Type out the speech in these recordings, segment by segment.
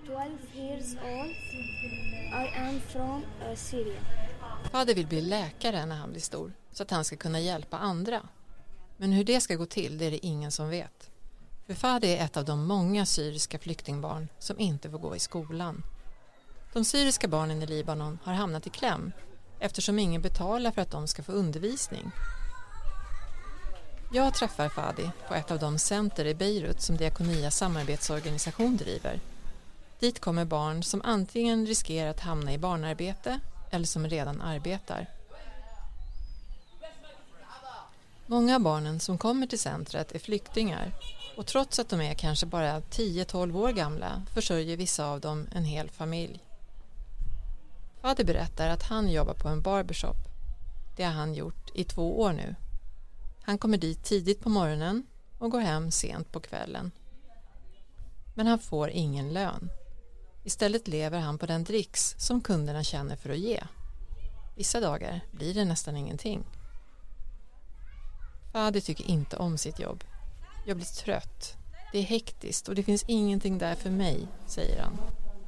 12 years old. I am from Syria. Fadi vill bli läkare när han blir stor så att han ska kunna hjälpa andra. Men hur det ska gå till, det är det ingen som vet. För Fadi är ett av de många syriska flyktingbarn som inte får gå i skolan. De syriska barnen i Libanon har hamnat i kläm eftersom ingen betalar för att de ska få undervisning. Jag träffar Fadi på ett av de center i Beirut som Diakonias samarbetsorganisation driver. Dit kommer barn som antingen riskerar att hamna i barnarbete eller som redan arbetar. Många av barnen som kommer till centret är flyktingar och trots att de är kanske bara 10-12 år gamla försörjer vissa av dem en hel familj. Fadi berättar att han jobbar på en barbershop. Det har han gjort i 2 år nu. Han kommer dit tidigt på morgonen och går hem sent på kvällen. Men han får ingen lön. Istället lever han på den dricks som kunderna känner för att ge. Vissa dagar blir det nästan ingenting. Fadi tycker inte om sitt jobb. Jag blir trött. Det är hektiskt och det finns ingenting där för mig, säger han.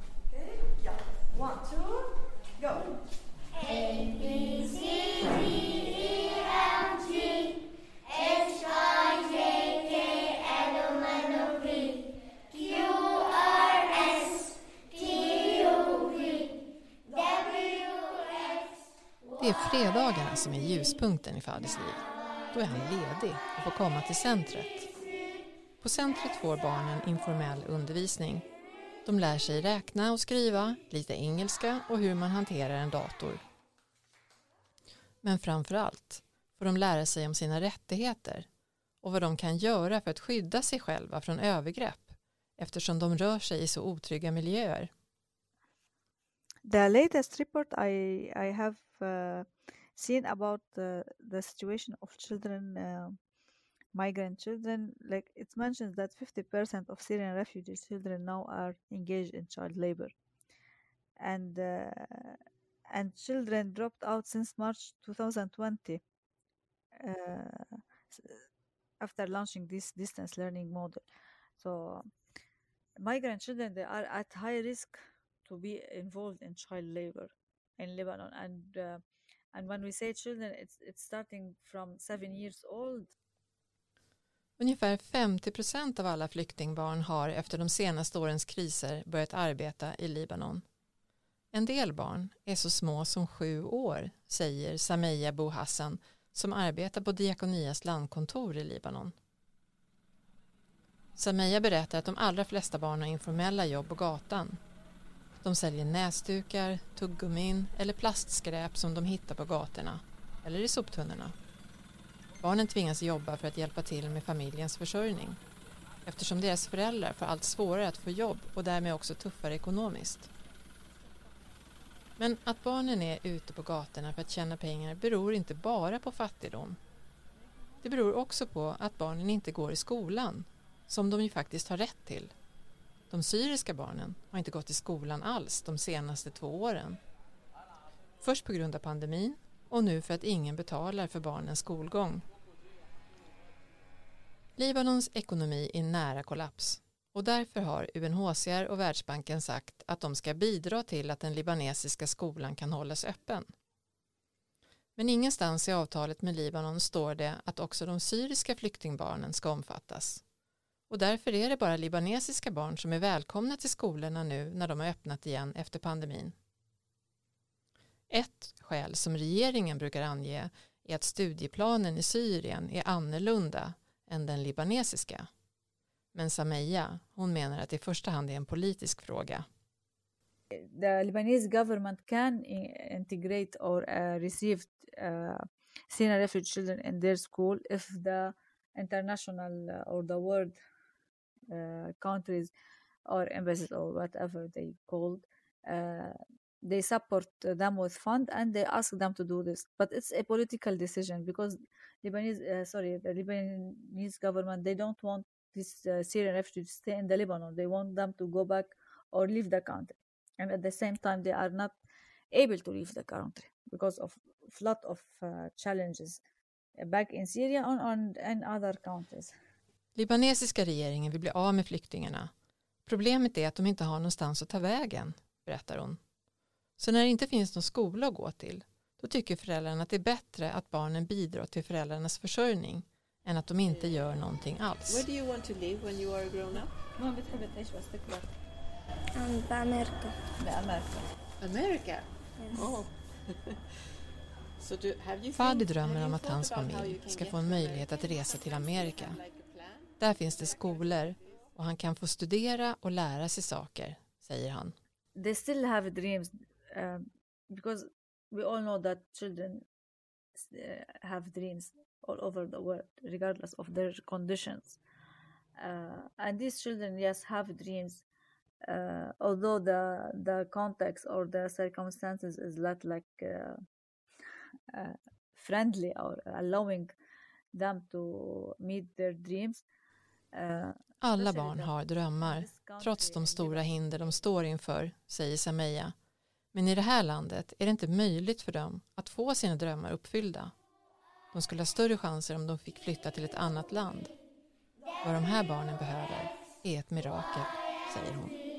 Det är fredagarna som är ljuspunkten i Fadis liv. Då är han ledig och får komma till centret. På centret får barnen informell undervisning. De lär sig räkna och skriva, lite engelska och hur man hanterar en dator. Men framförallt får de lära sig om sina rättigheter och vad de kan göra för att skydda sig själva från övergrepp eftersom de rör sig i så otrygga miljöer. The latest report I have seen about the situation of children, migrant children, like it mentions that 50% of Syrian refugee children now are engaged in child labor, and children dropped out since March 2020 after launching this distance learning model. So migrant children, they are at high risk to be involved in child labor in Lebanon, and when we say children, it's starting from 7 years old. Ungefär 50% av alla flyktingbarn har efter de senaste årens kriser börjat arbeta i Libanon. En del barn är så små som 7 år, säger Sameia Bou Hassan som arbetar på Diakonias landkontor i Libanon. Sameia berättar att de allra flesta barn har informella jobb på gatan. De säljer näsdukar, tuggummin eller plastskräp som de hittar på gatorna eller i soptunnorna. Barnen tvingas jobba för att hjälpa till med familjens försörjning eftersom deras föräldrar får allt svårare att få jobb och därmed också tuffare ekonomiskt. Men att barnen är ute på gatorna för att tjäna pengar beror inte bara på fattigdom. Det beror också på att barnen inte går i skolan, som de ju faktiskt har rätt till. De syriska barnen har inte gått i skolan alls de senaste 2 åren. Först på grund av pandemin och nu för att ingen betalar för barnens skolgång. Libanons ekonomi är nära kollaps och därför har UNHCR och Världsbanken sagt att de ska bidra till att den libanesiska skolan kan hållas öppen. Men ingenstans i avtalet med Libanon står det att också de syriska flyktingbarnen ska omfattas. Och därför är det bara libanesiska barn som är välkomna till skolorna nu när de har öppnat igen efter pandemin. Ett skäl som regeringen brukar ange är att studieplanen i Syrien är annorlunda än den libanesiska. Men Sameia, hon menar att det i första hand är en politisk fråga. The Lebanese government can integrate or receive Syrian refugee children in their school if the international or the world countries or embassies or whatever they called, they support them with fund and they ask them to do this. But it's a political decision because the Lebanese government, they don't want these Syrian refugees to stay in the Lebanon. They want them to go back or leave the country. And at the same time, they are not able to leave the country because of flood of challenges back in Syria and other countries. Libanesiska regeringen vill bli av med flyktingarna. Problemet är att de inte har någonstans att ta vägen, berättar hon. Så när det inte finns någon skola att gå till, då tycker föräldrarna att det är bättre att barnen bidrar till föräldrarnas försörjning än att de inte gör någonting alls. Where do you want to live when you are grown up? بأمريكا. America? Yes. Oh. So Fadi drömmer om att hans familj ska få en möjlighet att resa till Amerika. Där finns det skolor och han kan få studera och lära sig saker, säger han. They still have dreams because we all know that children have dreams all over the world regardless of their conditions. And these children, yes, have dreams. Although the context or the circumstances is not like friendly or allowing them to meet their dreams. Alla barn har drömmar, trots de stora hinder de står inför, säger Sameya. Men i det här landet är det inte möjligt för dem att få sina drömmar uppfyllda. De skulle ha större chanser om de fick flytta till ett annat land. Vad de här barnen behöver är ett mirakel, säger hon.